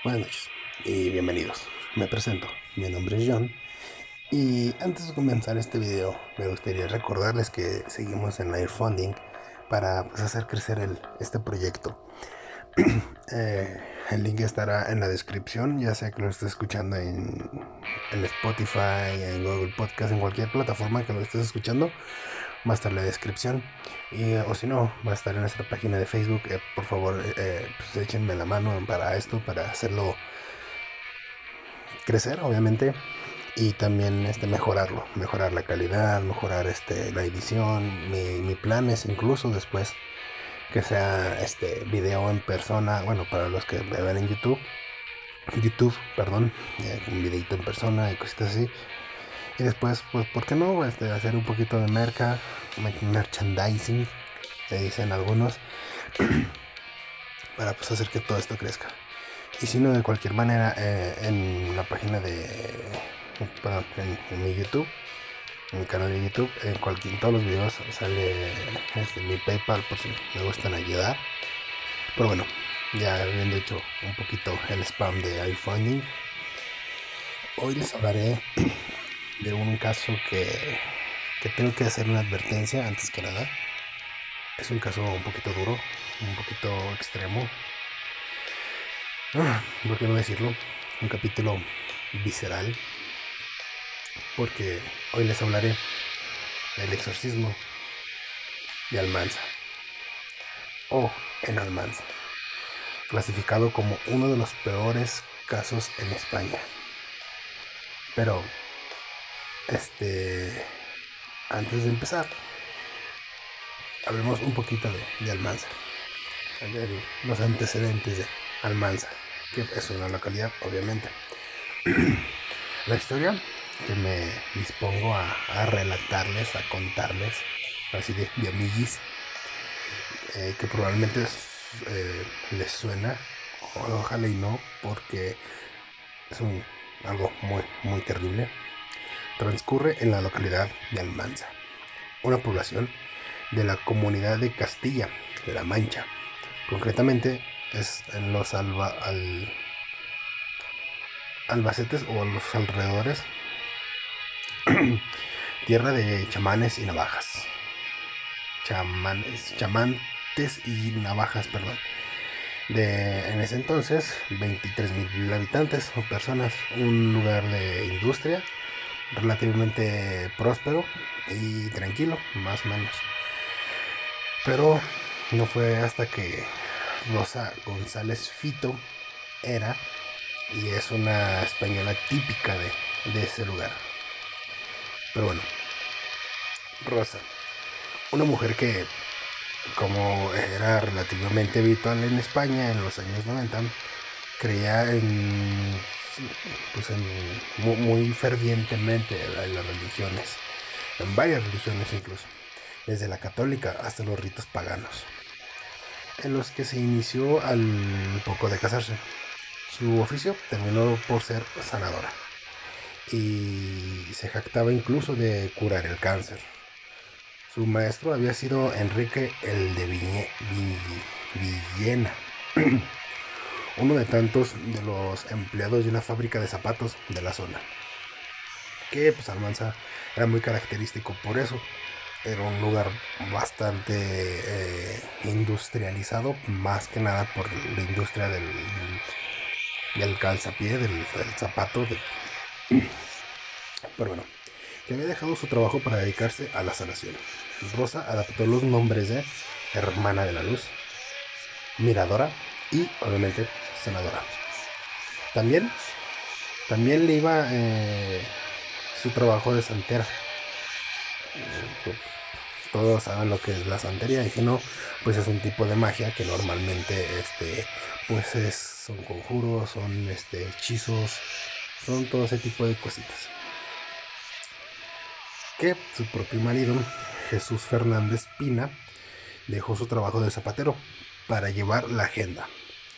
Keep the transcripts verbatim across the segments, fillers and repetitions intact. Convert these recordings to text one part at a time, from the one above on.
Buenas noches y bienvenidos. Me presento, mi nombre es John y antes de comenzar este video me gustaría recordarles que seguimos en Airfunding para pues, hacer crecer el, este proyecto. eh, el link estará en la descripción, ya sea que lo estés escuchando en, en Spotify, en Google Podcast, en cualquier plataforma que lo estés escuchando, va a estar en la descripción. Y, o si no, va a estar en nuestra página de Facebook. Eh, por favor, eh, pues échenme la mano para esto, para hacerlo crecer, obviamente, y también este mejorarlo, mejorar la calidad, mejorar este la edición. Mi, mi plan es incluso después que sea este video en persona, bueno, para los que me ven en YouTube, YouTube, perdón, eh, un videito en persona y cositas así. Y después, pues, ¿por qué no? Este, hacer un poquito de merca, merchandising, le dicen algunos, para pues hacer que todo esto crezca. Y si no, de cualquier manera, eh, en la página de, perdón, en, en mi YouTube, en mi canal de YouTube, en, cualquier, en todos los videos sale este, mi PayPal por si me gustan ayudar. Pero bueno, ya habiendo hecho un poquito el spam de iFunding, hoy les hablaré de un caso que, que tengo que hacer una advertencia antes que nada. Es un caso un poquito duro, un poquito extremo. Ah, ¿por qué no decirlo? Un capítulo visceral. Porque hoy les hablaré del exorcismo de Almanza. O en Almanza. Clasificado como uno de los peores casos en España. Pero, este... antes de empezar, hablemos un poquito de, de Almanza. De los antecedentes de Almanza, que es una localidad, obviamente. La historia que me dispongo a, a relatarles, a contarles, así de, de amiguis, eh, que probablemente eh, les suena, o, ojalá y no, porque es un, algo muy, muy terrible. Transcurre en la localidad de Almanza, una población de la comunidad de Castilla-La Mancha. Concretamente es en los alba, al, Albacetes o los alrededores, tierra de chamanes y navajas. Chamanes, chamantes y navajas, perdón. De en ese entonces, veintitrés mil habitantes o personas, un lugar de industria relativamente próspero y tranquilo, más o menos. Pero no fue hasta que Rosa González Fito era y es una española típica de, de ese lugar. Pero bueno, Rosa, una mujer que, como era relativamente habitual en España en los años noventa, creía en, pues en muy, muy fervientemente en las religiones, en varias religiones incluso, desde la católica hasta los ritos paganos, en los que se inició al poco de casarse. Su oficio terminó por ser sanadora y se jactaba incluso de curar el cáncer. Su maestro había sido Enrique el de Viñe, Vill, Villena, uno de tantos de los empleados de una fábrica de zapatos de la zona. Que pues Almanza era muy característico por eso. Era un lugar bastante eh, industrializado, más que nada por la industria del, del calzapié, del, del zapato. De... Pero bueno, que había dejado su trabajo para dedicarse a la sanación. Rosa adaptó los nombres de Hermana de la Luz, Miradora y obviamente Sanadora. También, también le iba eh, su trabajo de santera. Todos saben lo que es la santería, y si no, pues es un tipo de magia que normalmente este, pues es, son conjuros, son este, hechizos, son todo ese tipo de cositas. Que su propio marido, Jesús Fernández Pina, dejó su trabajo de zapatero para llevar la agenda.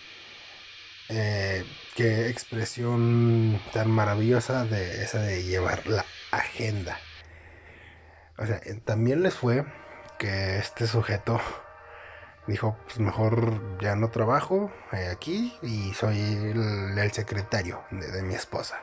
Eh, qué expresión tan maravillosa de esa de llevar la agenda. O sea, también les fue que este sujeto Dijo, pues mejor ya no trabajo eh, aquí y soy el, el secretario de, de mi esposa.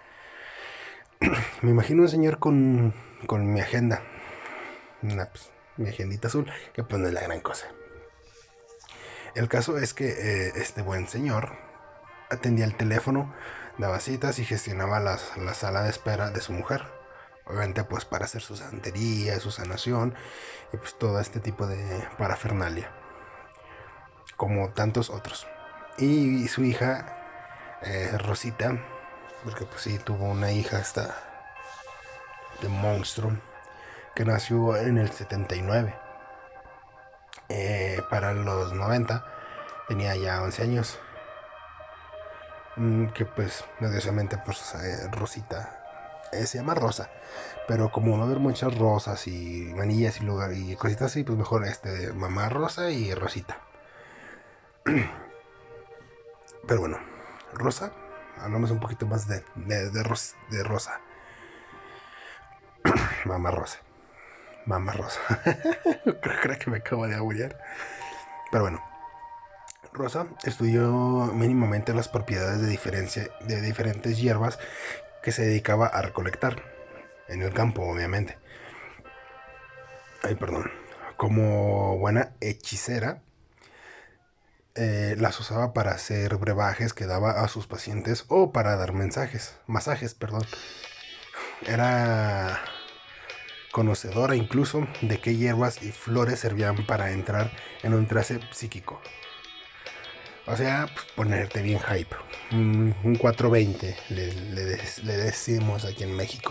Me imagino un señor con, con mi agenda, una, pues, mi agendita azul, que pues no es la gran cosa. El caso es que eh, este buen señor atendía el teléfono, daba citas y gestionaba las, la sala de espera de su mujer. Obviamente pues para hacer su santería, su sanación y pues todo este tipo de parafernalia. Como tantos otros. Y su hija, eh, Rosita, porque pues sí, tuvo una hija esta de monstruo, que nació en el setenta y nueve. Eh, para los noventa tenía ya once años. Mm, que pues, desgraciadamente, pues eh, Rosita eh, se llama Rosa. Pero como va a haber muchas rosas y manillas y, lugar, y cositas así, pues mejor este, mamá Rosa y Rosita. Pero bueno, Rosa, hablamos un poquito más de, de, de, Ros, de Rosa. Mamá Rosa. Mamá Rosa. Creo que me acabo de aburrir. Pero bueno, Rosa estudió mínimamente las propiedades de, diferencia, de diferentes hierbas que se dedicaba a recolectar. En el campo, obviamente. Ay, perdón. Como buena hechicera, eh, las usaba para hacer brebajes que daba a sus pacientes o para dar mensajes, masajes, perdón. Era conocedora incluso de qué hierbas y flores servían para entrar en un trance psíquico. O sea, pues ponerte bien hype. Un, un cuatro veinte le, le, le decimos aquí en México.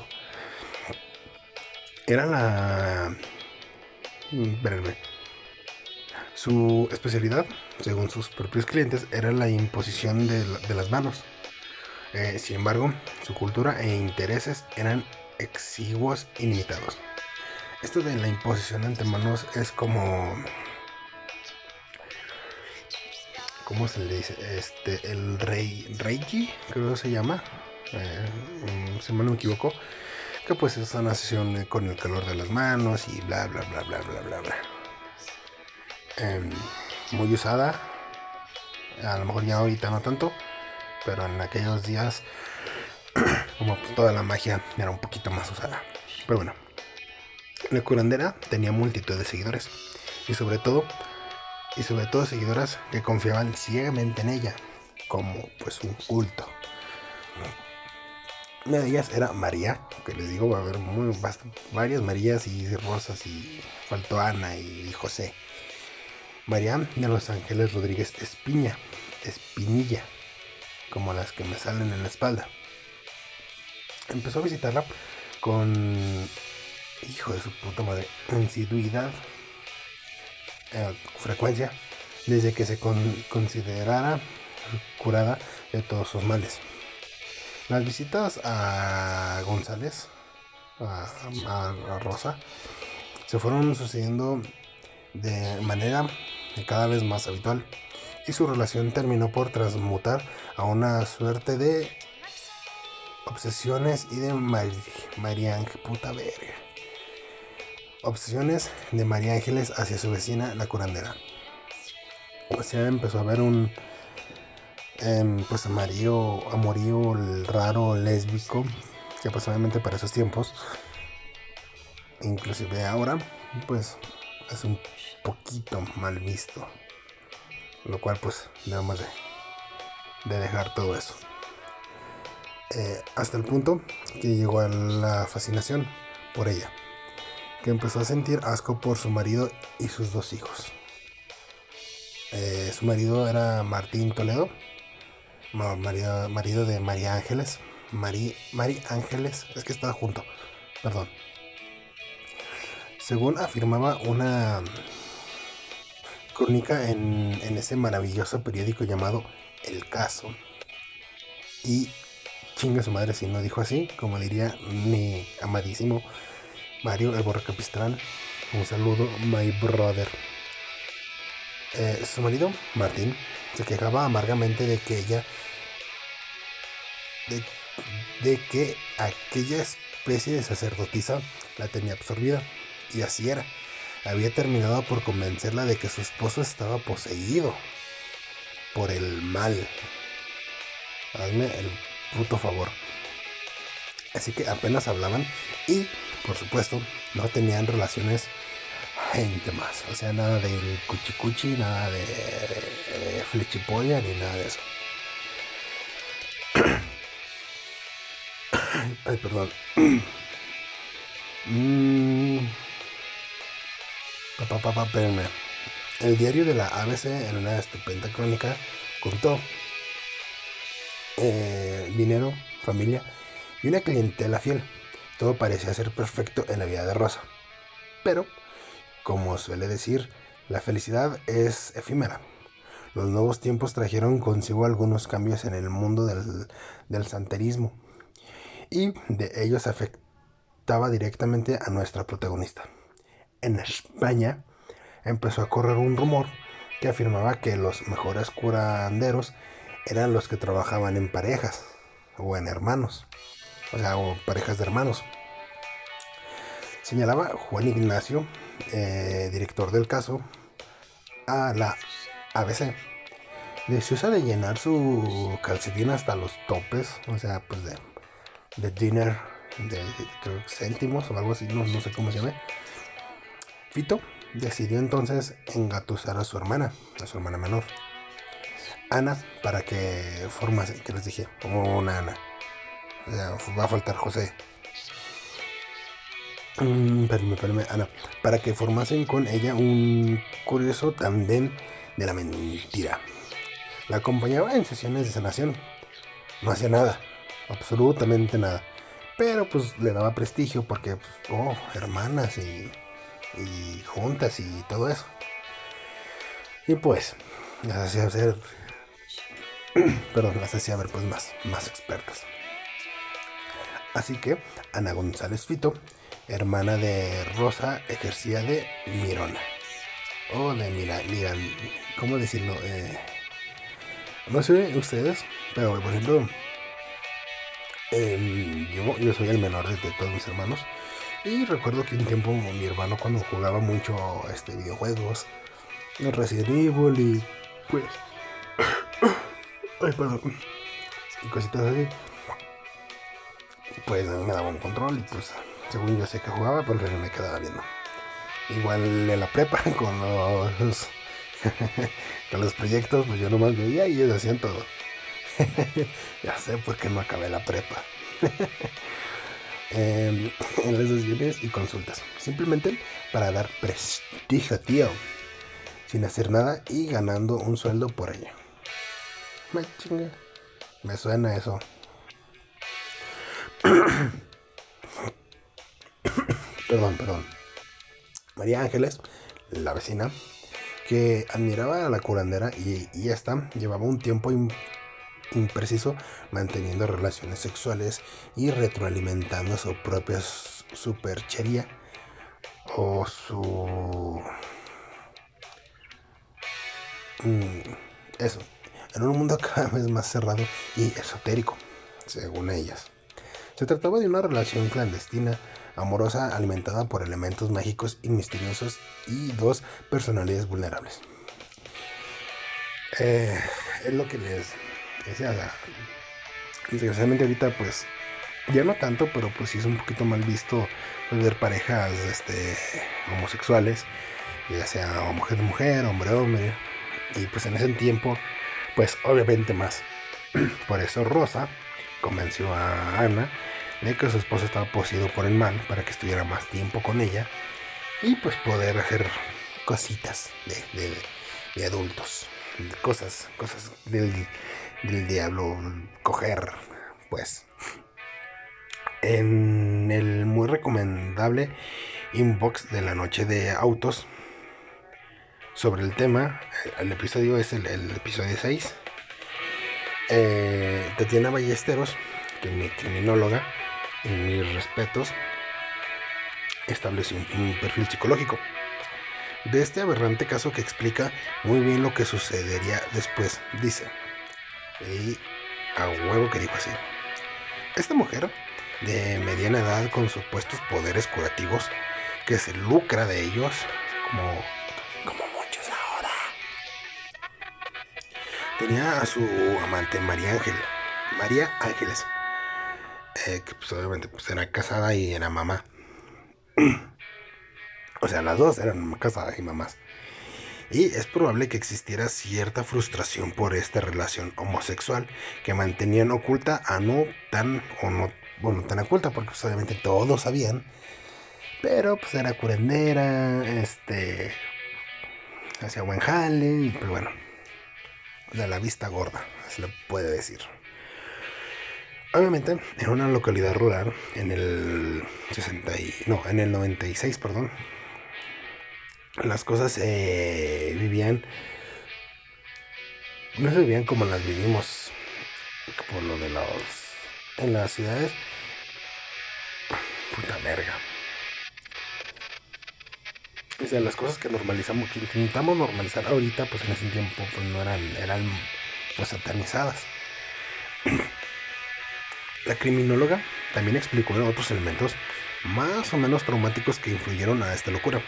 Era la... Espérenme. Su especialidad, según sus propios clientes, era la imposición de, de las manos. Eh, sin embargo, su cultura e intereses eran exiguos y limitados. Esto de la imposición ante manos es como... ¿Cómo se le dice? Este, el rey, Reiki, creo que se llama. Eh, si mal no me equivoco. Que pues es una sesión con el calor de las manos y bla, bla, bla, bla, bla, bla, bla. Eh, muy usada. A lo mejor ya ahorita no tanto. Pero en aquellos días, como pues toda la magia era un poquito más usada. Pero bueno. La curandera tenía multitud de seguidores. Y sobre todo... y sobre todo seguidoras que confiaban ciegamente en ella, como pues un culto. Una de ellas era María, que les digo, va a haber muy, varias Marías y Rosas, y faltó Ana y José. María de los Ángeles Rodríguez Espiña, Espinilla, como las que me salen en la espalda. Empezó a visitarla con, hijo de su puta madre, insiduidad, eh, frecuencia, desde que se con, considerara curada de todos sus males. Las visitas a González, a, a, a Rosa, se fueron sucediendo de manera cada vez más habitual y su relación terminó por transmutar a una suerte de obsesiones y de Mar María Ángel, puta verga. Obsesiones de María Ángeles hacia su vecina, la curandera. O sea, empezó a haber un eh, pues amorío, amorío raro, lésbico, que pues obviamente para esos tiempos, inclusive ahora, pues es un poquito mal visto, lo cual pues debemos de, de dejar todo eso. Eh, hasta el punto que llegó a la fascinación por ella, que empezó a sentir asco por su marido y sus dos hijos. Eh, su marido era Martín Toledo, marido, marido de María Ángeles. Mari, Mari Ángeles, es que estaba junto, perdón. Según afirmaba una crónica en, en ese maravilloso periódico llamado El Caso, y chinga su madre si no dijo así, como diría mi amadísimo Mario el Borra Capistrán. Un saludo, my brother. Eh, su marido, Martín, se quejaba amargamente de que ella, de, de que aquella especie de sacerdotisa la tenía absorbida, y así era. había terminado por convencerla de que su esposo estaba poseído por el mal. Hazme el puto favor. Así que apenas hablaban y, por supuesto, no tenían relaciones íntimas. O sea, nada del cuchicuchi, nada de eh, flechipolla, ni nada de eso. Ay, perdón. mm. Papá, papá, espérenme. El diario de la A B C, en una estupenda crónica, contó eh, dinero, familia y una clientela fiel. Todo parecía ser perfecto en la vida de Rosa. Pero, como suele decir, la felicidad es efímera. Los nuevos tiempos trajeron consigo algunos cambios en el mundo del, del santerismo. Y de ellos afectaba directamente a nuestra protagonista. En España empezó a correr un rumor que afirmaba que los mejores curanderos eran los que trabajaban en parejas o en hermanos, o sea, o parejas de hermanos. Señalaba Juan Ignacio, eh, director del caso, a la A B C, deseosa de llenar su calcetín hasta los topes, o sea, pues de, de dinner, de, de creo, céntimos o algo así, no, no sé cómo se llama. Fito decidió entonces engatusar a su hermana, a su hermana menor, Ana, para que formase, que les dije, como una Ana. O sea, va a faltar José. Mm, espérame, espérame, Ana. Para que formasen con ella un curioso tandem de la mentira. La acompañaba en sesiones de sanación. No hacía nada, absolutamente nada. Pero pues le daba prestigio porque, pues, oh, hermanas y... y juntas y todo eso. Y pues las hacía ver perdón, las hacía ver pues más, más expertas. Así que Ana González Fito, hermana de Rosa, ejercía de Mirona. O de Mira, Miran, ¿cómo decirlo? Eh, no sé ustedes, pero por ejemplo, eh, yo, yo soy el menor de, de todos mis hermanos. Y recuerdo que un tiempo mi hermano, cuando jugaba mucho este, videojuegos, Resident Evil y pues... ay, perdón. Y cositas así. Pues a mí me daba un control y pues según yo sé que jugaba, pues me quedaba viendo. Igual en la prepa con los... con los proyectos, pues yo nomás veía y ellos hacían todo. Ya sé por qué no acabé la prepa. Eh, en las sesiones y consultas, simplemente para dar prestigio, tío, sin hacer nada y ganando un sueldo por ello. Me chinga, me suena eso. perdón, perdón. María Ángeles, la vecina, que admiraba a la curandera y, y esta llevaba un tiempo in, impreciso manteniendo relaciones sexuales y retroalimentando su propia superchería o su... Mm, eso, en un mundo cada vez más cerrado y esotérico, según ellas. Se trataba de una relación clandestina, amorosa, alimentada por elementos mágicos y misteriosos y dos personalidades vulnerables. Eh, es lo que les decía. Desgraciadamente ahorita pues ya no tanto, pero pues sí es un poquito mal visto pues, ver parejas este, homosexuales, ya sea mujer mujer, hombre hombre, y pues en ese tiempo pues obviamente más. Por eso Rosa convenció a Ana de que su esposo estaba poseído por el mal para que estuviera más tiempo con ella y pues poder hacer cositas de, de, de adultos, cosas, cosas del, del diablo, coger, pues. En el muy recomendable inbox de la noche de autos sobre el tema, el episodio es el, el episodio seis. Eh, Tatiana Ballesteros, que es mi criminóloga, y mis respetos, estableció un, un perfil psicológico de este aberrante caso que explica muy bien lo que sucedería después. Dice, y a huevo que dijo así: esta mujer de mediana edad con supuestos poderes curativos, que se lucra de ellos como, como muchos ahora. Tenía a su amante María Ángel, María Ángeles, eh, que pues obviamente pues, era casada y era mamá. O sea, las dos eran casadas y mamás. Y es probable que existiera cierta frustración por esta relación homosexual que mantenían oculta a no tan o no, bueno, tan oculta porque pues, obviamente todos sabían, pero pues era curandera, este, hacía buen jale y pues bueno, de la vista gorda, se le puede decir. Obviamente, en una localidad rural, en el sesenta y, no, en el noventa y seis, perdón, las cosas eh, vivían, no se vivían como las vivimos, por lo de los, en las ciudades, puta verga. O sea, las cosas que normalizamos, que intentamos normalizar ahorita, pues en ese tiempo, pues no eran, eran, pues satanizadas. La criminóloga también explicó en otros elementos más o menos traumáticos que influyeron a esta locura.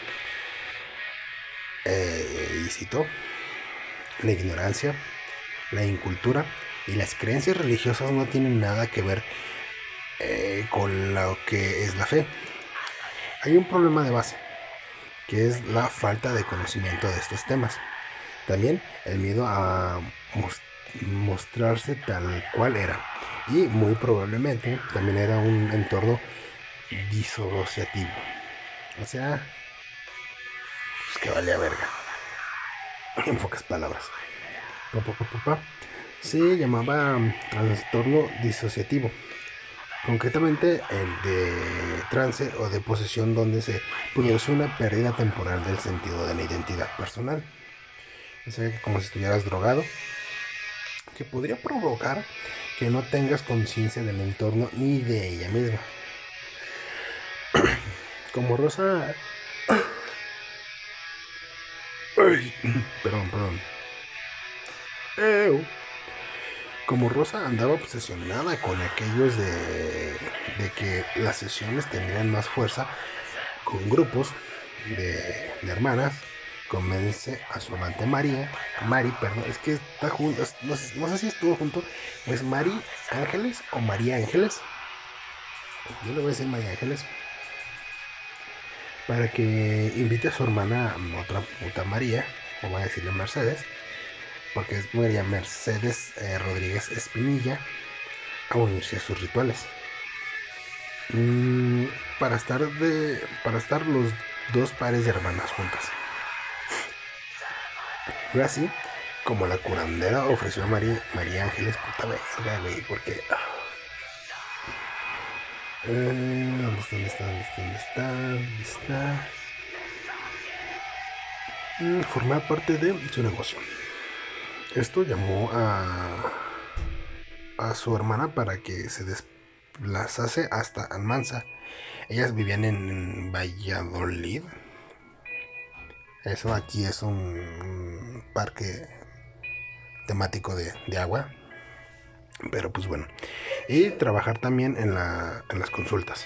Eh, y citó: la ignorancia, la incultura y las creencias religiosas no tienen nada que ver eh, con lo que es la fe. Hay un problema de base, que es la falta de conocimiento de estos temas. También el miedo a most- mostrarse tal cual era. Y muy probablemente también era un entorno disociativo. O sea, pues que valía verga. En pocas palabras. Papá, papá, papá. Se llamaba trastorno disociativo. Concretamente el de trance o de posesión, donde se produce una pérdida temporal del sentido de la identidad personal. O sea, que como si estuvieras drogado, que podría provocar que no tengas conciencia del entorno ni de ella misma. Como Rosa... Ay, perdón, perdón. Ew. Como Rosa andaba obsesionada con aquellos de, de que las sesiones tendrían más fuerza con grupos de, de hermanas, convence a su amante María, Mari, perdón, es que está junto, no, no sé si estuvo junto, es Mari Ángeles o María Ángeles, yo le voy a decir María Ángeles, para que invite a su hermana, otra puta María, o va a decirle Mercedes, porque es María Mercedes eh, Rodríguez Espinilla, a unirse a sus rituales. Mm, para estar de, para estar los dos pares de hermanas juntas. Fue así como la curandera ofreció a María, María Ángeles, puta verga, güey, porque... Eh, ¿Dónde está? ¿Dónde está? ¿Dónde está? ¿Dónde está? ¿Dónde está? Mm, formar parte de su negocio. Esto llamó a, a su hermana para que se desplazase hasta Almanza. Ellas vivían en, en Valladolid. Eso aquí es un, un parque temático de, de agua. Pero pues bueno. Y trabajar también en, la, en las consultas.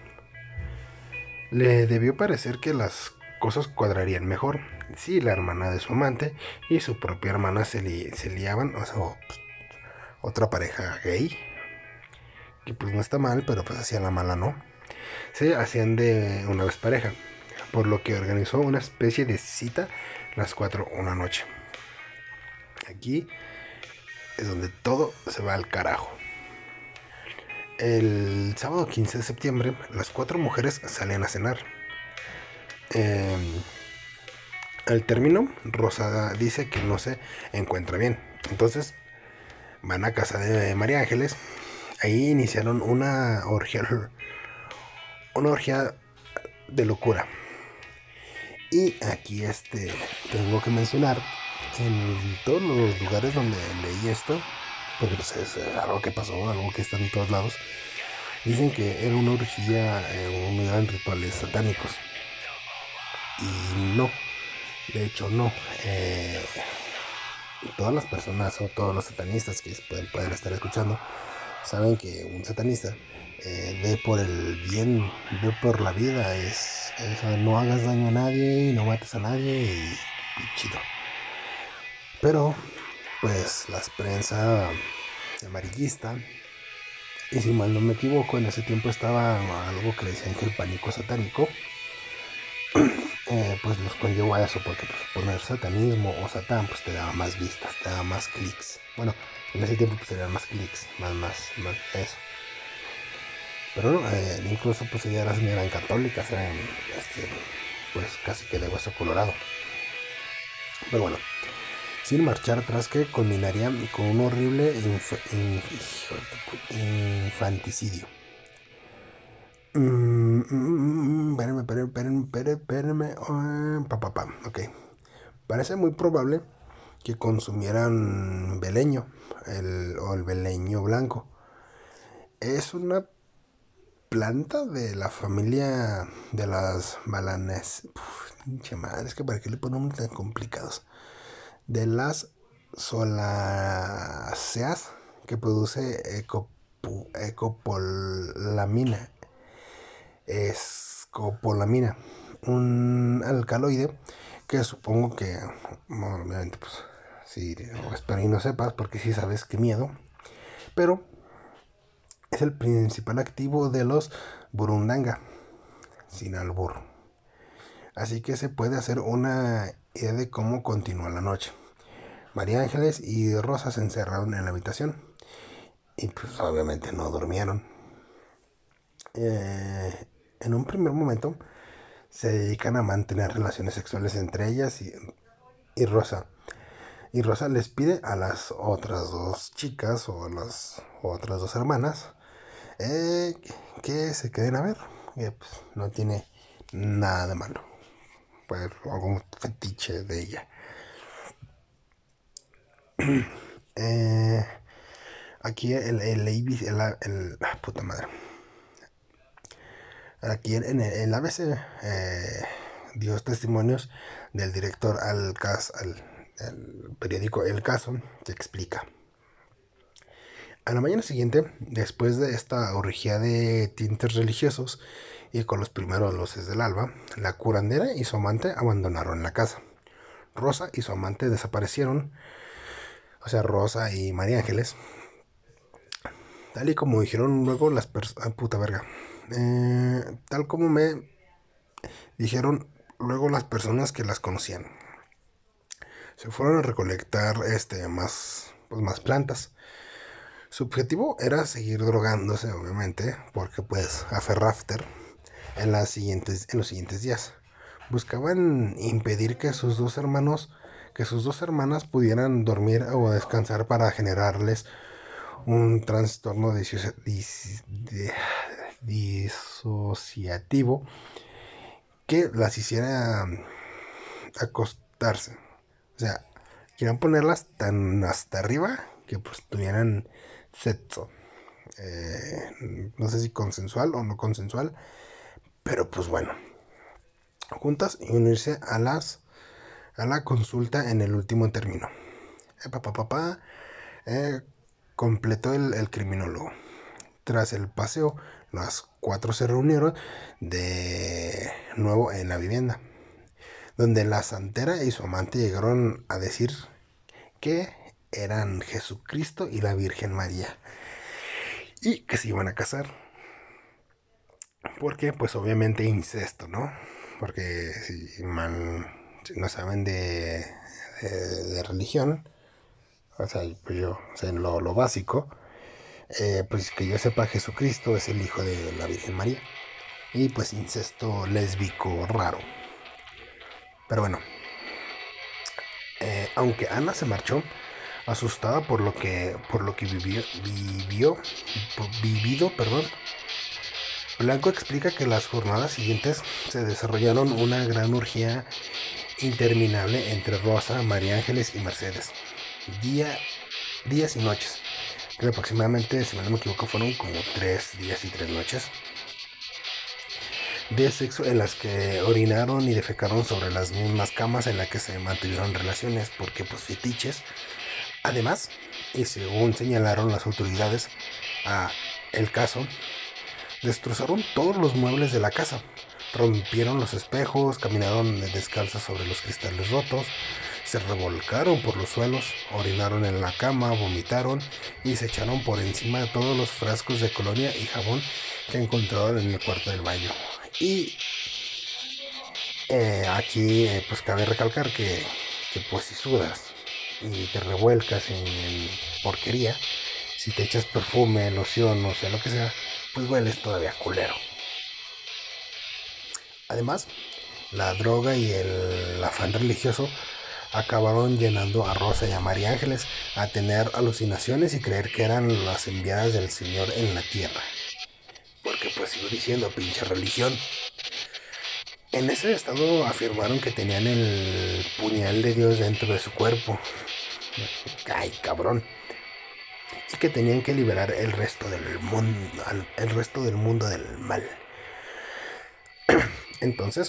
Le debió parecer que las cosas cuadrarían mejor si la hermana de su amante y su propia hermana se, li, se liaban. O sea, pues, otra pareja gay. Que pues no está mal, pero pues hacían la mala, ¿no? Se hacían de una vez pareja. Por lo que organizó una especie de cita las cuatro una noche. Aquí es donde todo se va al carajo. El sábado quince de septiembre, las cuatro mujeres salen a cenar. Eh, al término, Rosa dice que no se encuentra bien. Entonces van a casa de María Ángeles. Ahí iniciaron una orgía, una orgía de locura. Y aquí este tengo que mencionar, en todos los lugares donde leí esto, porque pues es algo que pasó, algo que está en todos lados, dicen que era una orgía, eh, un eran rituales satánicos. Y no, de hecho no. Eh, todas las personas o todos los satanistas que pueden, pueden estar escuchando saben que un satanista eh, ve por el bien, ve por la vida, es, O sea, no hagas daño a nadie, no mates a nadie y, y chido. Pero, pues, la prensa amarillista, y si mal no me equivoco, en ese tiempo estaba algo que le decían que el pánico satánico, eh, pues los conllevó a eso, porque pues, poner satanismo o satán, pues te daba más vistas, te daba más clics. Bueno, en ese tiempo pues tenían más clics, más, más, más, eso. Pero no, eh, incluso pues ellas eran católicas, eran este, pues casi que de hueso colorado. Pero bueno, sin marchar atrás, que culminaría con un horrible inf in infanticidio. Mm, espérenme, espérenme, espérenme, espérenme. Oh, pa, pa, pa. Ok. Parece muy probable que consumieran beleño, el, o el beleño blanco. Es una planta de la familia de las balanes. Pinche madre, es que para qué le ponemos tan complicados. De las solaceas, que produce ecopu, ecopolamina. Escopolamina, un alcaloide que supongo que, bueno, obviamente, pues, sí, espero y no sepas, porque sí sabes qué miedo, pero es el principal activo de los burundanga, sin albur. Así que se puede hacer una idea de cómo continúa la noche. María Ángeles y Rosa se encerraron en la habitación y pues obviamente no durmieron. Eh, en un primer momento se dedican a mantener relaciones sexuales entre ellas y, y Rosa. Y Rosa les pide a las otras dos chicas o a las otras dos hermanas eh, que se queden a ver. Que pues, no tiene nada de malo. Pues algún fetiche de ella. eh, aquí el, el, el, el, el ah, puta madre. Aquí en, en el A B C eh, dio testimonios del director al, caso, al, al periódico El Caso, que explica. A la mañana siguiente, después de esta orgía de tintes religiosos y con los primeros luces del alba, la curandera y su amante abandonaron la casa. Rosa y su amante desaparecieron, o sea, Rosa y María Ángeles, tal y como dijeron luego las personas... Ah, puta verga. Eh, tal como me dijeron luego las personas que las conocían. Se fueron a recolectar este, más, pues, más plantas. Su objetivo era seguir drogándose, obviamente, porque pues aferrafter en, las siguientes, en los siguientes días. Buscaban impedir que sus dos hermanos, que sus dos hermanas pudieran dormir o descansar para generarles un trastorno dis, dis, dis, disociativo que las hiciera acostarse. O sea, querían ponerlas tan hasta arriba que pues tuvieran sexo. Eh, no sé si consensual o no consensual, pero pues bueno, juntas y unirse a las a la consulta en el último término. Eh, papá, papá, eh, completó el, el criminólogo. Tras el paseo, las cuatro se reunieron de nuevo en la vivienda, donde la santera y su amante llegaron a decir que eran Jesucristo y la Virgen María y que se iban a casar. Porque pues obviamente incesto, ¿no? Porque si mal si no saben de, de, de religión, o sea, pues yo, o sea, en lo, lo básico, eh, pues que yo sepa, Jesucristo es el hijo de la Virgen María. Y pues incesto lésbico raro. Pero bueno, eh, aunque Ana se marchó asustada por lo que por lo que vivió vivió vivido, perdón. Blanco explica que las jornadas siguientes se desarrollaron una gran orgía interminable entre Rosa, María Ángeles y Mercedes, día, días y noches, que aproximadamente, si no me equivoco, fueron como tres días y tres noches de sexo, en las que orinaron y defecaron sobre las mismas camas en las que se mantuvieron relaciones, porque pues fetiches. Además, y según señalaron las autoridades a El Caso, destrozaron todos los muebles de la casa, Rompieron los espejos, caminaron descalzos sobre los cristales rotos, se revolcaron por los suelos, orinaron en la cama, vomitaron y se echaron por encima de todos los frascos de colonia y jabón que encontraron en el cuarto del baño. Y eh, aquí eh, pues cabe recalcar que, que pues si sudas y te revuelcas en, en porquería, si te echas perfume, loción, o sea, lo que sea, pues hueles todavía culero. Además, la droga y el afán religioso acabaron llenando a Rosa y a María Ángeles a tener alucinaciones y creer que eran las enviadas del Señor en la tierra. Porque pues sigo diciendo, pinche religión. En ese estado afirmaron que tenían el puñal de Dios dentro de su cuerpo. Ay, cabrón. Y que tenían que liberar el resto del mundo, el resto del mundo del mal. Entonces,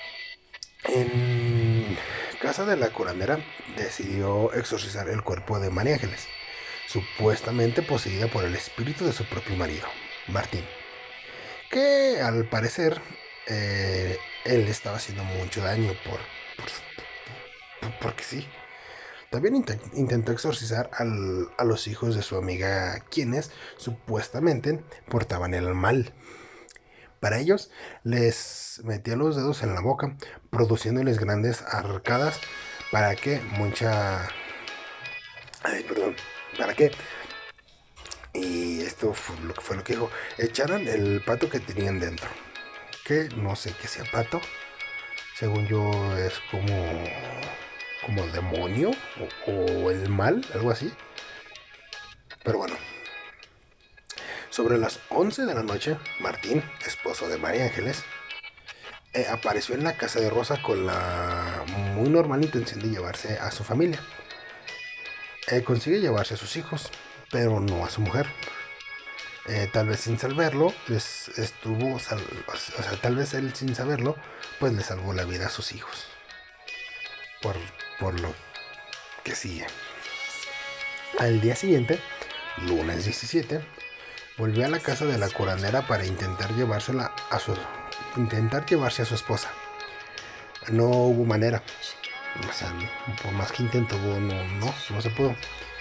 en casa de la curandera decidió exorcizar el cuerpo de María Ángeles, supuestamente poseída por el espíritu de su propio marido, Martín, que al parecer eh, él estaba haciendo mucho daño por, por, por porque sí. También int- intentó exorcizar al, a los hijos de su amiga, quienes supuestamente portaban el mal. Para ellos, les metía los dedos en la boca, produciéndoles grandes arcadas para que mucha... Ay, perdón. ¿Para qué? Y esto fue lo que fue lo que dijo. Echaran el pato que tenían dentro. Que no sé qué sea pato. Según yo es como... como demonio o, o el mal, algo así. Pero bueno. Sobre las once de la noche, Martín, esposo de María Ángeles, eh, apareció en la casa de Rosa con la muy normal intención de llevarse a su familia. Eh, consigue llevarse a sus hijos, pero no a su mujer. Eh, tal vez sin saberlo, les estuvo, sal- o sea, tal vez él sin saberlo, pues le salvó la vida a sus hijos. Por, por lo que sigue. Al día siguiente, lunes diecisiete, volvió a la casa de la curandera para intentar llevársela a su intentar llevarse a su esposa. No hubo manera. O sea, por más que intentó, no, no, no se pudo.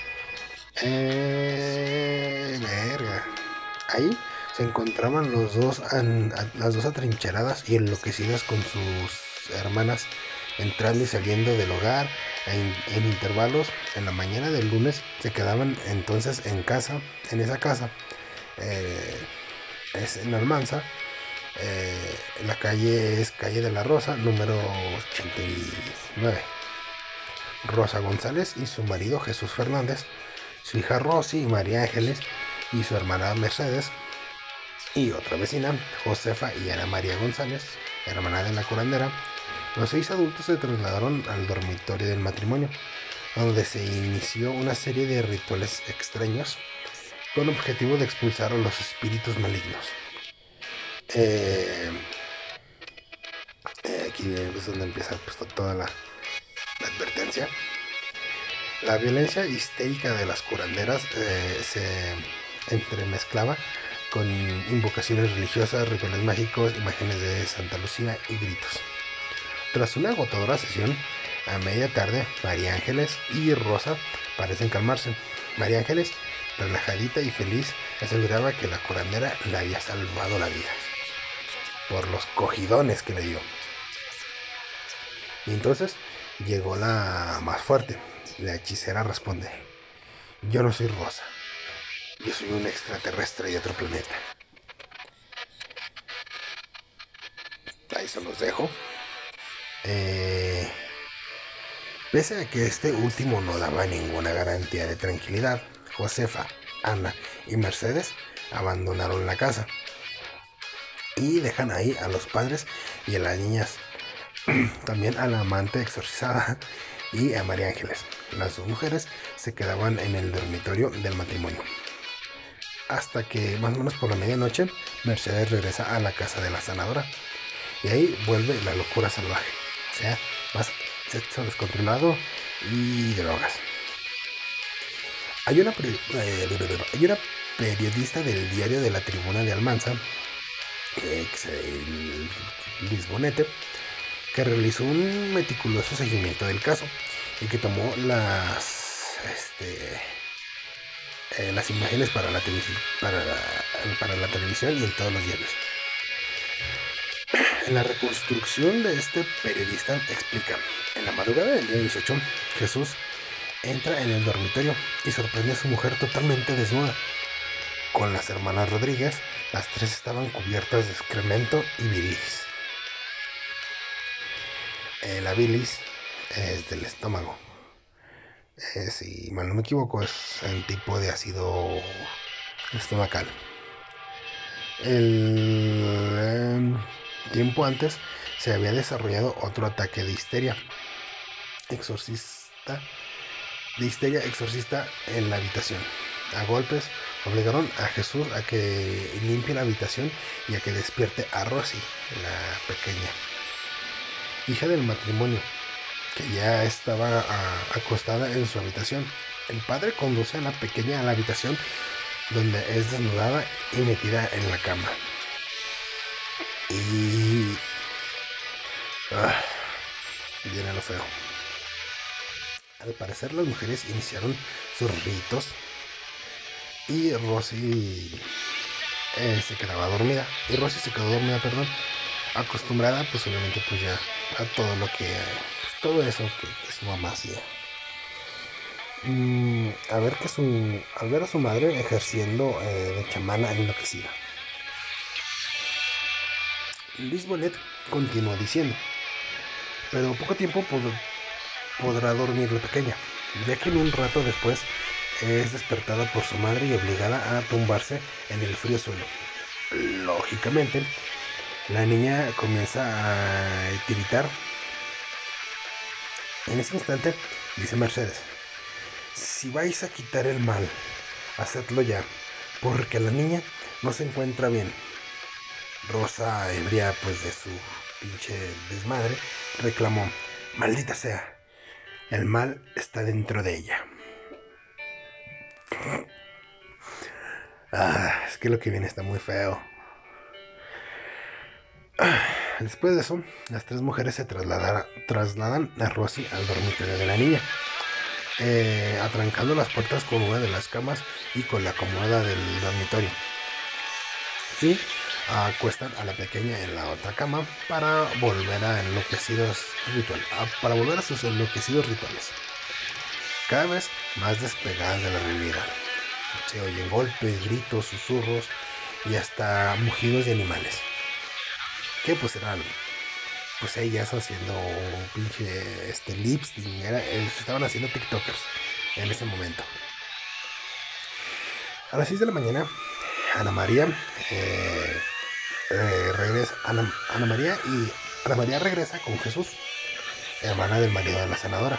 Eh, verga. Ahí se encontraban los dos an, a, las dos atrincheradas y enloquecidas con sus hermanas, entrando y saliendo del hogar en, en intervalos. En la mañana del lunes se quedaban entonces en casa, en esa casa. Eh, es en Almanza. Eh, la calle es calle de la Rosa, número ochenta y nueve. Rosa González y su marido Jesús Fernández, su hija Rosy y María Ángeles y su hermana Mercedes y otra vecina, Josefa y Ana María González, hermana de la curandera. Los seis adultos se trasladaron al dormitorio del matrimonio, donde se inició una serie de rituales extraños con objetivo de expulsar a los espíritus malignos. Eh, eh, aquí es donde empieza pues, toda la, la advertencia. La violencia histérica de las curanderas eh, se entremezclaba con invocaciones religiosas, rituales mágicos, imágenes de Santa Lucía y gritos. Tras una agotadora sesión, a media tarde, María Ángeles y Rosa parecen calmarse. María Ángeles, relajadita y feliz, aseguraba que la curandera le había salvado la vida por los cogidones que le dio. Y entonces llegó la más fuerte. La hechicera responde: yo no soy Rosa, yo soy un extraterrestre de otro planeta. Ahí se los dejo. Eh, pese a que este último no daba ninguna garantía de tranquilidad, Josefa, Ana y Mercedes abandonaron la casa y dejan ahí a los padres y a las niñas, también a la amante exorcizada y a María Ángeles. Las dos mujeres se quedaban en el dormitorio del matrimonio. Hasta que más o menos por la medianoche, Mercedes regresa a la casa de la sanadora. Y ahí vuelve la locura salvaje. O sea, más sexo descontrolado y drogas. Hay una, eh, hay una periodista del diario de la Tribuna de Almanza ex Luis Bonete, que realizó un meticuloso seguimiento del caso y que tomó las este, eh, las imágenes para la, para, la, para la televisión y en todos los diarios. En la reconstrucción de este periodista explica: en la madrugada del día dieciocho, Jesús entra en el dormitorio y sorprende a su mujer totalmente desnuda. Con las hermanas Rodríguez, las tres estaban cubiertas de excremento y bilis. Eh, la bilis es del estómago. Eh, si mal no me equivoco, es un tipo de ácido estomacal. El eh, tiempo antes se había desarrollado otro ataque de histeria exorcista de histeria exorcista en la habitación. A golpes obligaron a Jesús a que limpie la habitación y a que despierte a Rosy, la pequeña, hija del matrimonio, que ya estaba a, acostada en su habitación. El padre conduce a la pequeña a la habitación, donde es desnudada y metida en la cama. Y... Ah, viene lo feo. Al parecer las mujeres iniciaron sus ritos y Rosy eh, se quedaba dormida. Y Rosy se quedó dormida, perdón, acostumbrada pues obviamente pues ya a todo lo que, pues, todo eso que, que su mamá hacía. Mm, a ver que su, al ver a su madre ejerciendo eh, de chamana enloquecida. Luis Bonet continuó diciendo: pero poco tiempo pod podrá dormir la pequeña, ya que en un rato después es despertada por su madre y obligada a tumbarse en el frío suelo. Lógicamente, la niña comienza a tiritar. En ese instante, dice Mercedes: si vais a quitar el mal, hacedlo ya, porque la niña no se encuentra bien. Rosa, ebria pues de su pinche desmadre, reclamó: maldita sea, el mal está dentro de ella. Ah, es que lo que viene está muy feo. Ah, después de eso, las tres mujeres se trasladan a Rosy al dormitorio de la niña, eh, atrancando las puertas con una de las camas y con la cómoda del dormitorio. Y acuestan a la pequeña en la otra cama para volver a enloquecidos rituales, para volver a sus enloquecidos rituales, cada vez más despegadas de la realidad. Se oyen golpes, gritos, susurros y hasta mugidos de animales, que pues eran pues ellas haciendo pinche este lip sync, era, eh, estaban haciendo tiktokers en ese momento. A las seis de la mañana, Ana María eh, eh, regresa Ana, Ana María y Ana María regresa con Jesús, hermana del marido de la senadora,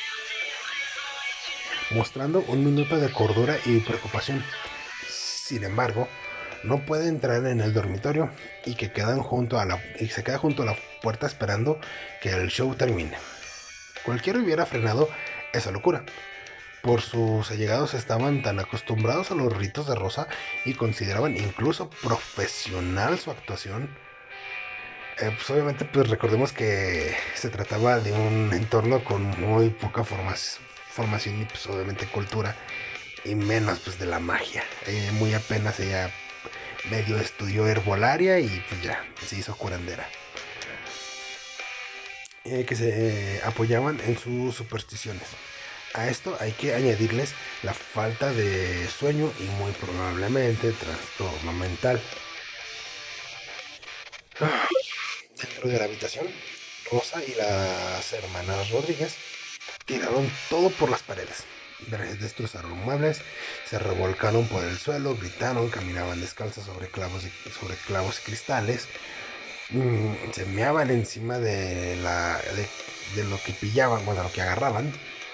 mostrando un minuto de cordura y preocupación. Sin embargo, no puede entrar en el dormitorio y que quedan junto a la y se queda junto a la puerta esperando que el show termine. Cualquiera hubiera frenado esa locura. Por sus allegados estaban tan acostumbrados a los ritos de Rosa y consideraban incluso profesional su actuación. Eh, pues obviamente pues recordemos que se trataba de un entorno con muy poca formación, formación y pues obviamente cultura, y menos pues de la magia. Eh, muy apenas ella medio estudió herbolaria y pues ya se hizo curandera. Eh, que se eh, apoyaban en sus supersticiones. A esto hay que añadirles la falta de sueño y muy probablemente trastorno mental. Dentro de la habitación, Rosa y las hermanas Rodríguez tiraron todo por las paredes, destrozaron muebles, se revolcaron por el suelo, gritaron, caminaban descalzas sobre clavos y, sobre clavos y cristales, mmm, se meaban encima de, la, de, de lo que pillaban, bueno, lo que agarraban.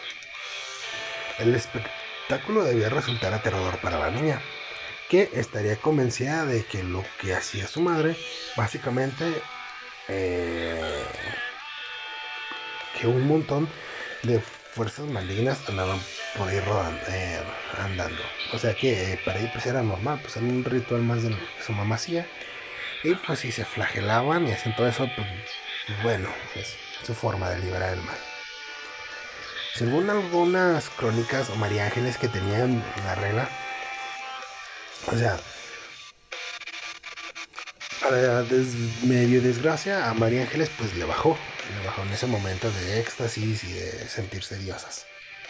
El espectáculo debía resultar aterrador para la niña, que estaría convencida de que lo que hacía su madre, básicamente, eh, que un montón de fuerzas malignas andaban por ahí rodando, eh, andando. O sea que eh, para ella pues era normal, pues era un ritual más de lo que su mamá hacía. Y pues si se flagelaban y hacían todo eso, pues bueno, es su forma de liberar el mal. Según algunas crónicas o María Ángeles que tenían la regla, o sea, para des, medio desgracia a María Ángeles pues le bajó, le bajó en ese momento de éxtasis y de sentirse diosas.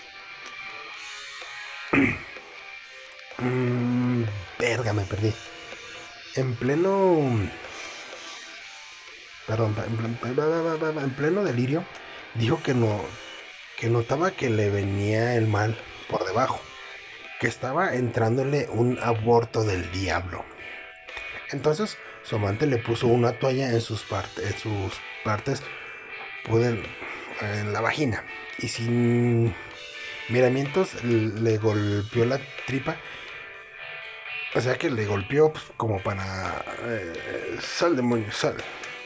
mm, verga, me perdí. En pleno, perdón, en, en pleno delirio, dijo que no, que notaba que le venía el mal por debajo, que estaba entrándole un aborto del diablo. Entonces su amante le puso una toalla en sus, parte, en sus partes, pude, en la vagina, y sin miramientos le golpeó la tripa. O sea que le golpeó pues, como para... Eh, sal, demonio, sal.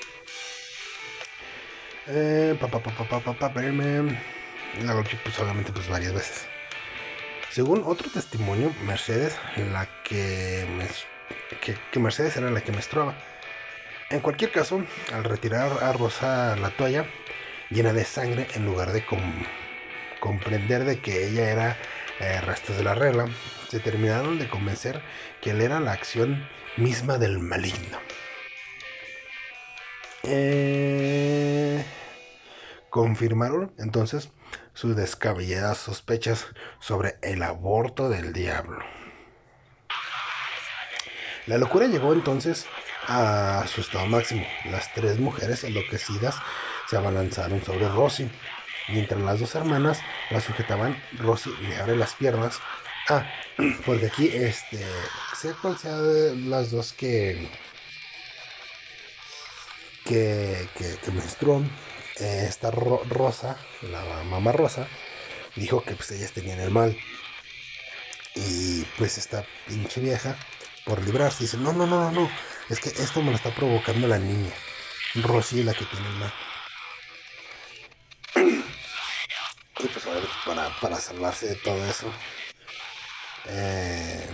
Eh, pa, pa, pa, pa, pa, pa, pa, verme. La golpeó pues obviamente pues varias veces. Según otro testimonio, Mercedes, la que, que, que Mercedes era la que menstruaba. En cualquier caso, al retirar a Rosa la toalla llena de sangre, en lugar de com comprender de que ella era eh, restos de la regla, se terminaron de convencer que él era la acción misma del maligno. Eh, confirmaron entonces sus descabelladas sospechas sobre el aborto del diablo. La locura llegó entonces a su estado máximo. Las tres mujeres enloquecidas se abalanzaron sobre Rosy. Mientras las dos hermanas la sujetaban, Rosy le abre las piernas. Ah, porque aquí, este, sea cual sea de las dos que que, que, que menstruó, eh, esta ro Rosa, la mamá Rosa, dijo que pues ellas tenían el mal. Y pues esta pinche vieja, por librarse, dice, no, no, no, no, no, es que esto me lo está provocando la niña. Rosy es la que tiene el mal. Y pues obviamente para, para salvarse de todo eso. Eh,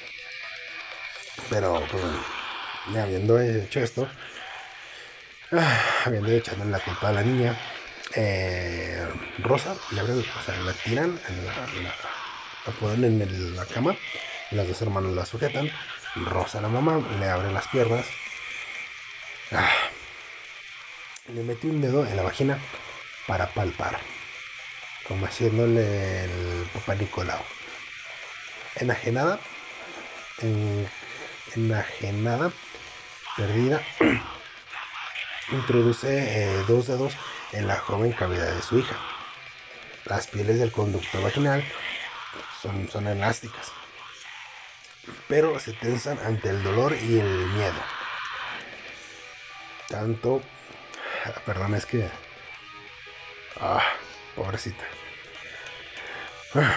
pero pues bueno, ya habiendo hecho esto, ah, habiendo echado la culpa a la niña, eh, Rosa le abren, o sea, la tiran, en la, la, la ponen en el, la cama, y las dos hermanas la sujetan. Rosa, la mamá, le abre las piernas, ah, le mete un dedo en la vagina para palpar, como haciéndole el papá Nicolau. Enajenada, en, enajenada, perdida, introduce eh, dos dedos en la joven cavidad de su hija. Las pieles del conducto vaginal son, son elásticas, pero se tensan ante el dolor y el miedo. Tanto, perdón, es que, ah, pobrecita. Ah,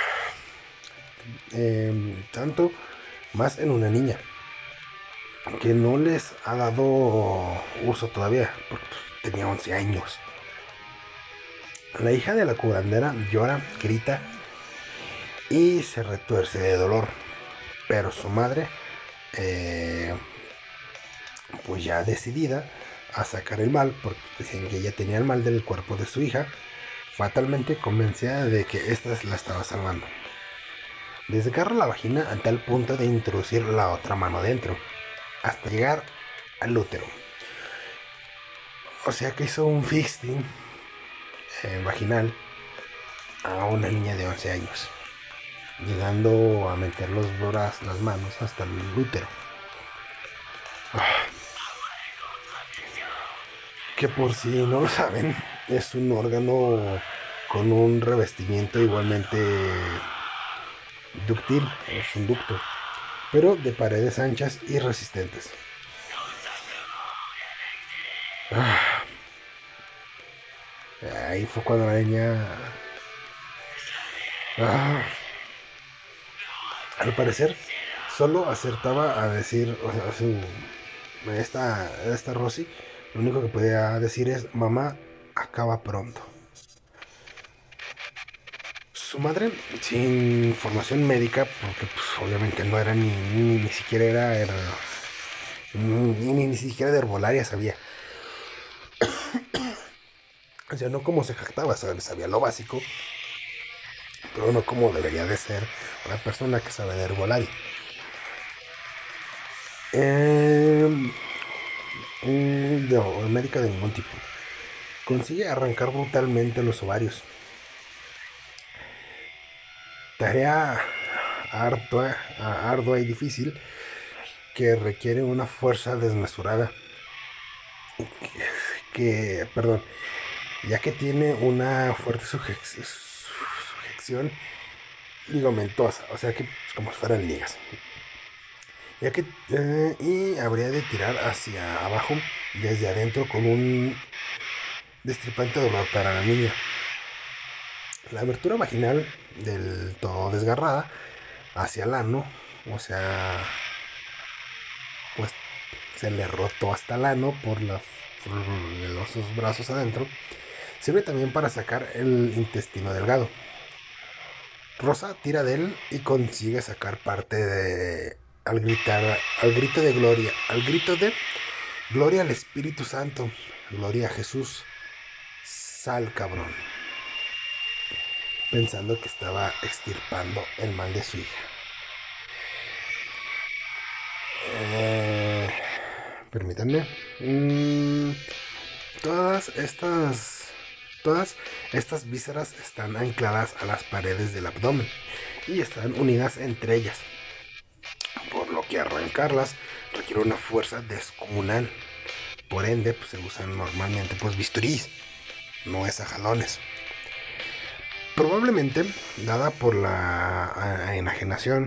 eh, tanto más en una niña que no les ha dado uso todavía, porque pues, tenía once años. La hija de la curandera llora, grita y se retuerce de dolor, pero su madre, eh, pues ya decidida a sacar el mal, porque decían que ella tenía el mal del cuerpo de su hija, fatalmente convencida de que ésta la estaba salvando. Desgarra la vagina a tal punto de introducir la otra mano dentro, hasta llegar al útero. O sea que hizo un fisting eh, vaginal a una niña de once años, llegando a meter los brazos, las manos hasta el útero. Ah. Que por si no lo saben, es un órgano con un revestimiento igualmente dúctil, es un ducto, pero de paredes anchas y resistentes. Ah. Ahí fue cuando la niña, ah, al parecer, solo acertaba a decir, o sea, su, esta, esta Rosy, lo único que podía decir es, mamá, acaba pronto. Su madre, sin formación médica, porque pues obviamente no era ni, ni, ni siquiera era, era Mm, Ni, ni siquiera de herbolaria sabía. O sea, no como se jactaba, ¿sabes? Sabía lo básico, pero no como debería de ser una persona que sabe de herbolaria. Eh, mm, no, médica de ningún tipo. Consigue arrancar brutalmente los ovarios. Tarea ardua, ardua y difícil que requiere una fuerza desmesurada. Que, perdón, ya que tiene una fuerte sujeción ligamentosa, o sea que pues, como si fueran ligas. Ya que eh, y habría de tirar hacia abajo desde adentro con un destripante dolor para la niña. La abertura vaginal del todo desgarrada hacia el ano, o sea, pues se le rotó hasta el ano por, la, por los brazos adentro. Sirve también para sacar el intestino delgado. Rosa tira de él y consigue sacar parte de... Al gritar, al grito de gloria, al grito de gloria al Espíritu Santo, gloria a Jesús, sal cabrón, pensando que estaba extirpando el mal de su hija. Eh, permítanme. Mm, todas estas... Todas estas vísceras están ancladas a las paredes del abdomen y están unidas entre ellas, por lo que arrancarlas requiere una fuerza descomunal. Por ende, pues, se usan normalmente pues bisturís, no es a jalones. Probablemente dada por la enajenación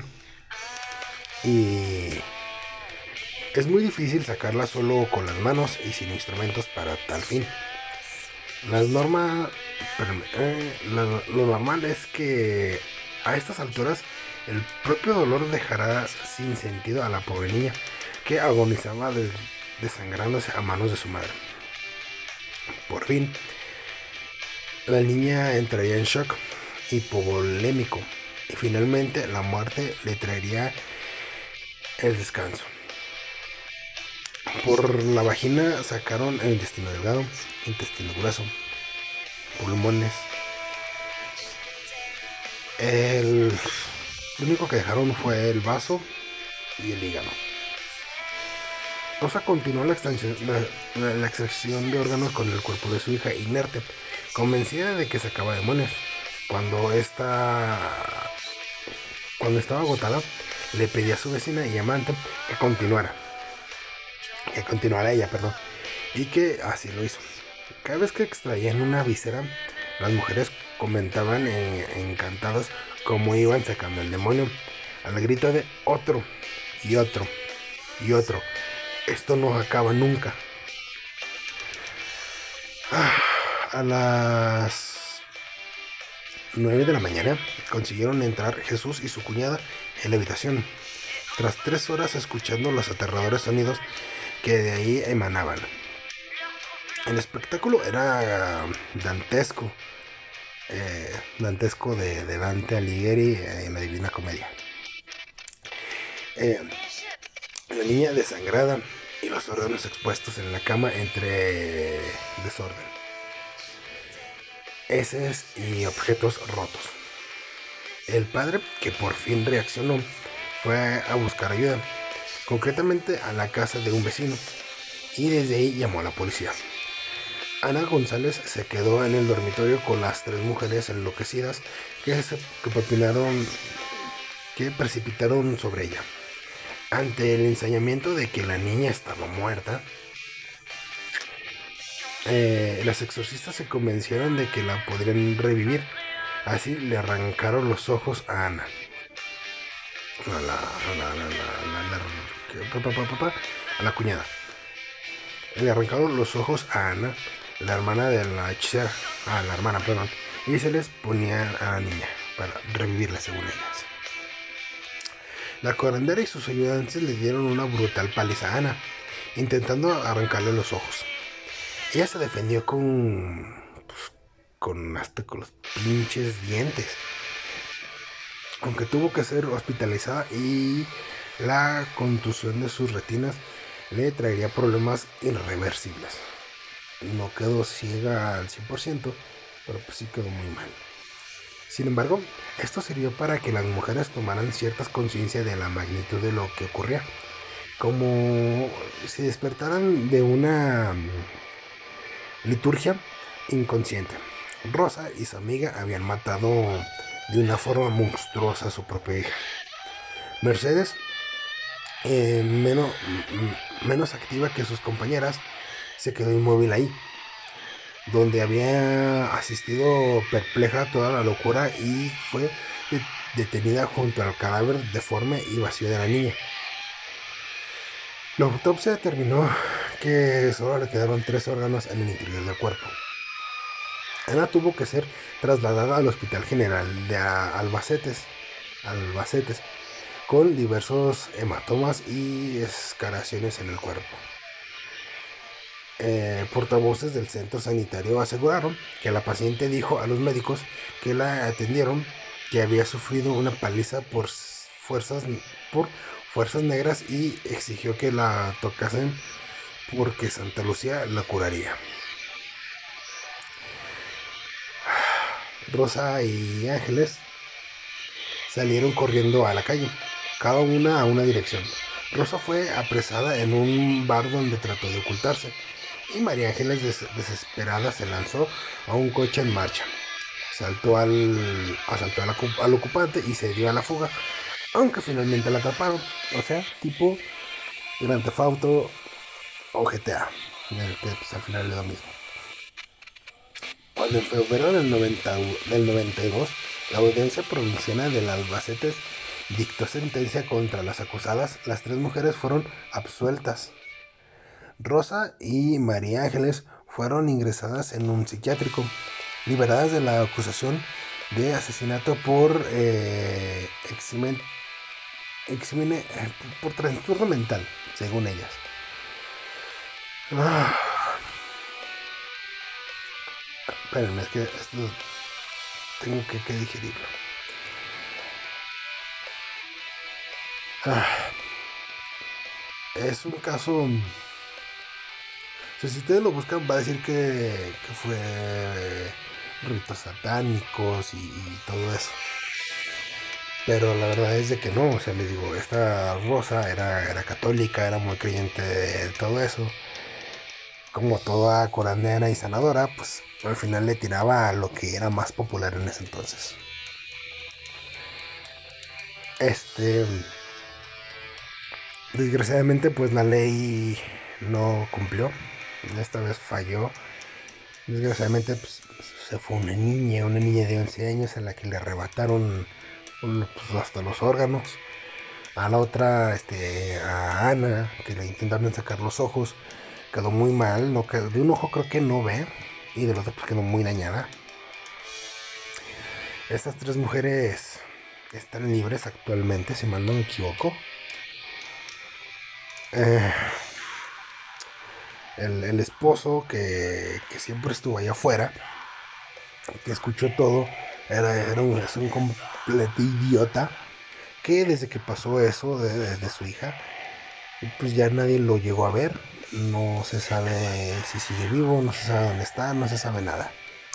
y es muy difícil sacarla solo con las manos y sin instrumentos para tal fin. Las normas, eh, lo, lo normal es que a estas alturas el propio dolor dejará sin sentido a la pobre niña que agonizaba des, desangrándose a manos de su madre. Por fin, la niña entraría en shock hipovolémico y finalmente la muerte le traería el descanso. Por la vagina sacaron el intestino delgado, intestino grueso, pulmones. El, lo único que dejaron fue el vaso y el hígado. Rosa continuó la, la, la, la extracción de órganos con el cuerpo de su hija inerte, convencida de que sacaba demonios. Cuando esta, cuando estaba agotada, le pedía a su vecina y amante que continuara. Que continuara ella, perdón. Y que así lo hizo. Cada vez que extraían una víscera, las mujeres comentaban eh, encantadas cómo iban sacando el demonio, al grito de otro, y otro, y otro. Esto no acaba nunca. Ah, a las nueve de la mañana consiguieron entrar Jesús y su cuñada en la habitación. Tras tres horas escuchando los aterradores sonidos que de ahí emanaban. El espectáculo era dantesco. Eh, dantesco de, de Dante Alighieri en la Divina Comedia. Eh, la niña desangrada y los órganos expuestos en la cama entre desorden, heces y objetos rotos. El padre, que por fin reaccionó, fue a buscar ayuda, concretamente a la casa de un vecino, y desde ahí llamó a la policía. Ana González se quedó en el dormitorio con las tres mujeres enloquecidas que se que propinaron, que precipitaron sobre ella. Ante el ensañamiento de que la niña estaba muerta, eh, las exorcistas se convencieron de que la podrían revivir. Así le arrancaron los ojos a Ana. A la, a la, a la, a la, a la, a la cuñada. Le arrancaron los ojos a Ana, la hermana de la hechicera, a la hermana, perdón, y se les ponía a la niña para revivirla según ellas. La curandera y sus ayudantes le dieron una brutal paliza a Ana, intentando arrancarle los ojos. Ella se defendió con, pues, con hasta con los pinches dientes, aunque tuvo que ser hospitalizada y la contusión de sus retinas le traería problemas irreversibles. No quedó ciega al cien por ciento, pero pues sí quedó muy mal. Sin embargo, esto sirvió para que las mujeres tomaran ciertas conciencia de la magnitud de lo que ocurría, como si despertaran de una liturgia inconsciente. Rosa y su amiga habían matado de una forma monstruosa a su propia hija. Mercedes, eh, menos, menos activa que sus compañeras, se quedó inmóvil ahí, donde había asistido perpleja a toda la locura, y fue detenida junto al cadáver deforme y vacío de la niña. La autopsia determinó que solo le quedaron tres órganos en el interior del cuerpo. Ana tuvo que ser trasladada al Hospital General de Albacete, Albacete con diversos hematomas y escariaciones en el cuerpo. Eh, portavoces del centro sanitario aseguraron que la paciente dijo a los médicos que la atendieron que había sufrido una paliza por fuerzas, por fuerzas negras, y exigió que la tocasen porque Santa Lucía la curaría. Rosa y Ángeles salieron corriendo a la calle, cada una a una dirección. Rosa fue apresada en un bar donde trató de ocultarse, y María Ángeles, des desesperada, se lanzó a un coche en marcha. Saltó al, asaltó al, al ocupante y se dio a la fuga, aunque finalmente la atraparon. O sea, tipo Grand Theft Auto o G T A, en el que pues, al final es lo mismo. Cuando en febrero del, noventa, del noventa y dos, la audiencia provincial del Albacete dictó sentencia contra las acusadas, las tres mujeres fueron absueltas. Rosa y María Ángeles fueron ingresadas en un psiquiátrico, liberadas de la acusación de asesinato por eh, eximen, eximine, eh, por trastorno mental, según ellas. Ah. Espérenme, es que esto tengo que, que digerirlo. Ah. Es un caso... O sea, si ustedes lo buscan, va a decir que, que fue ritos satánicos y, y todo eso. Pero la verdad es de que no. O sea, les digo, esta Rosa era, era católica, era muy creyente de todo eso. Como toda curandera y sanadora, pues al final le tiraba a lo que era más popular en ese entonces. Este... Desgraciadamente, pues la ley no cumplió. Esta vez falló. Desgraciadamente, pues, se fue una niña, una niña de once años a la que le arrebataron pues, hasta los órganos. A la otra, este, a Ana, que le intentaron sacar los ojos, quedó muy mal. No, de un ojo creo que no ve, y del otro pues quedó muy dañada. Estas tres mujeres están libres actualmente, si mal no me equivoco. Eh, el, el esposo que, que siempre estuvo allá afuera, que escuchó todo, era, era un, es un completo idiota, que desde que pasó eso de, de, de su hija, pues ya nadie lo llegó a ver. No se sabe si sigue vivo, no se sabe dónde está, no se sabe nada.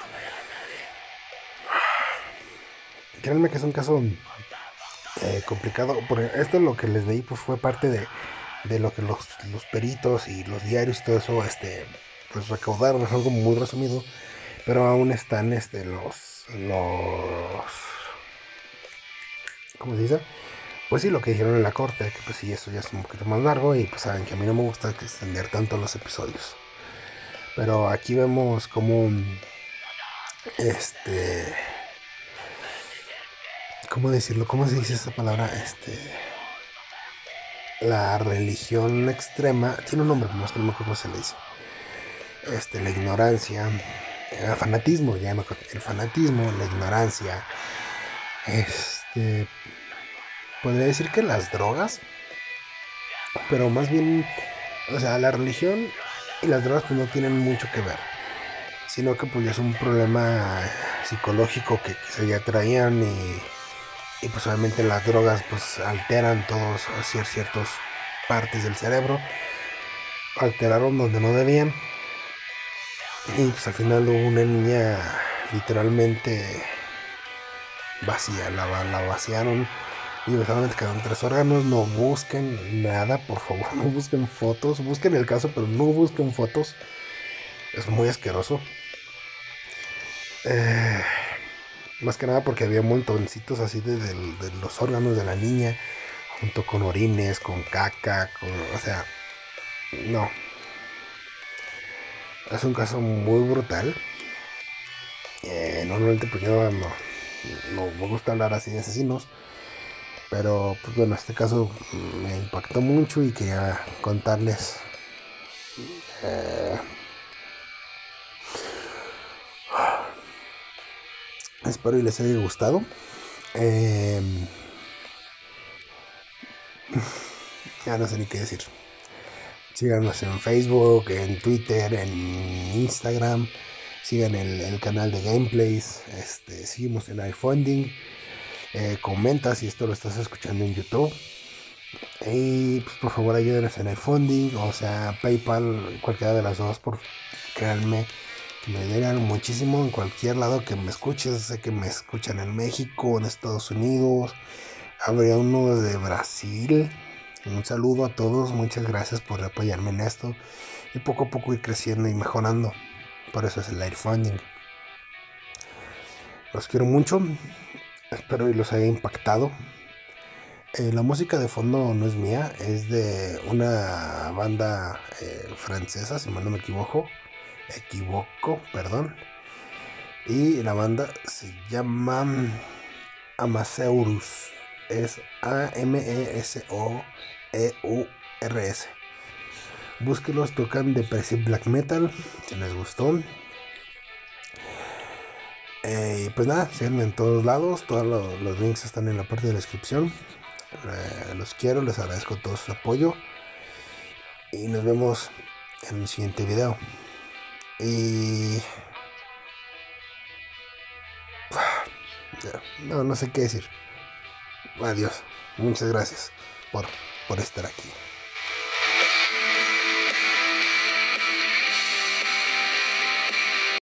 Créanme que es un caso eh, complicado, porque esto lo que les leí pues fue parte de de lo que los, los peritos y los diarios y todo eso este, pues recaudaron. Es algo muy resumido, pero aún están este, los, los ¿cómo se dice? Pues sí, lo que dijeron en la corte, que pues sí, eso ya es un poquito más largo, y pues saben que a mí no me gusta que extender tanto los episodios. Pero aquí vemos como este... ¿Cómo decirlo? ¿Cómo se dice esta palabra? Este... La religión extrema tiene un nombre, más que no me acuerdo cómo se le dice. Este, la ignorancia, el fanatismo, ya me acuerdo, el fanatismo, la ignorancia. Este, podría decir que las drogas, pero más bien, o sea, la religión y las drogas pues no tienen mucho que ver, sino que pues ya es un problema psicológico que, que se ya traían, y Y pues obviamente las drogas pues alteran todos ciertas partes del cerebro, alteraron donde no debían. Y pues al final hubo una niña literalmente vacía, la, la vaciaron. Y solamente quedaron tres órganos. No busquen nada, por favor, no busquen fotos. Busquen el caso, pero no busquen fotos. Es muy asqueroso. Eh, más que nada porque había montoncitos así de, de, de los órganos de la niña, junto con orines, con caca, con, o sea, no. Es un caso muy brutal. Eh, normalmente pues yo no, no me gusta hablar así de asesinos. Pero pues bueno, este caso me impactó mucho y quería contarles. Eh, espero y les haya gustado. Eh, ya no sé ni qué decir. Síganos en Facebook, en Twitter, en Instagram. Sigan el, el canal de gameplays. Este, seguimos en iFunding. Eh, comenta si esto lo estás escuchando en YouTube. Y pues por favor ayúdenos en iFunding, o sea, PayPal, cualquiera de las dos, por créanme que me ayudarían muchísimo en cualquier lado que me escuches. Sé que me escuchan en México, en Estados Unidos, habría uno de Brasil. Un saludo a todos, muchas gracias por apoyarme en esto y poco a poco ir creciendo y mejorando. Por eso es el iFunding. Los quiero mucho, espero y los haya impactado. Eh, la música de fondo no es mía, es de una banda eh, francesa, si mal no me equivoco, equivoco, perdón. Y la banda se llama Amaseurus, es A M E S O E U R S. Búsquenlos, tocan depressive black metal, si les gustó. Eh, pues nada, síganme en todos lados, todos los, los links están en la parte de la descripción. Eh, los quiero, les agradezco todo su apoyo y nos vemos en el siguiente video. Y no, no sé qué decir. Adiós. Muchas gracias por, por estar aquí.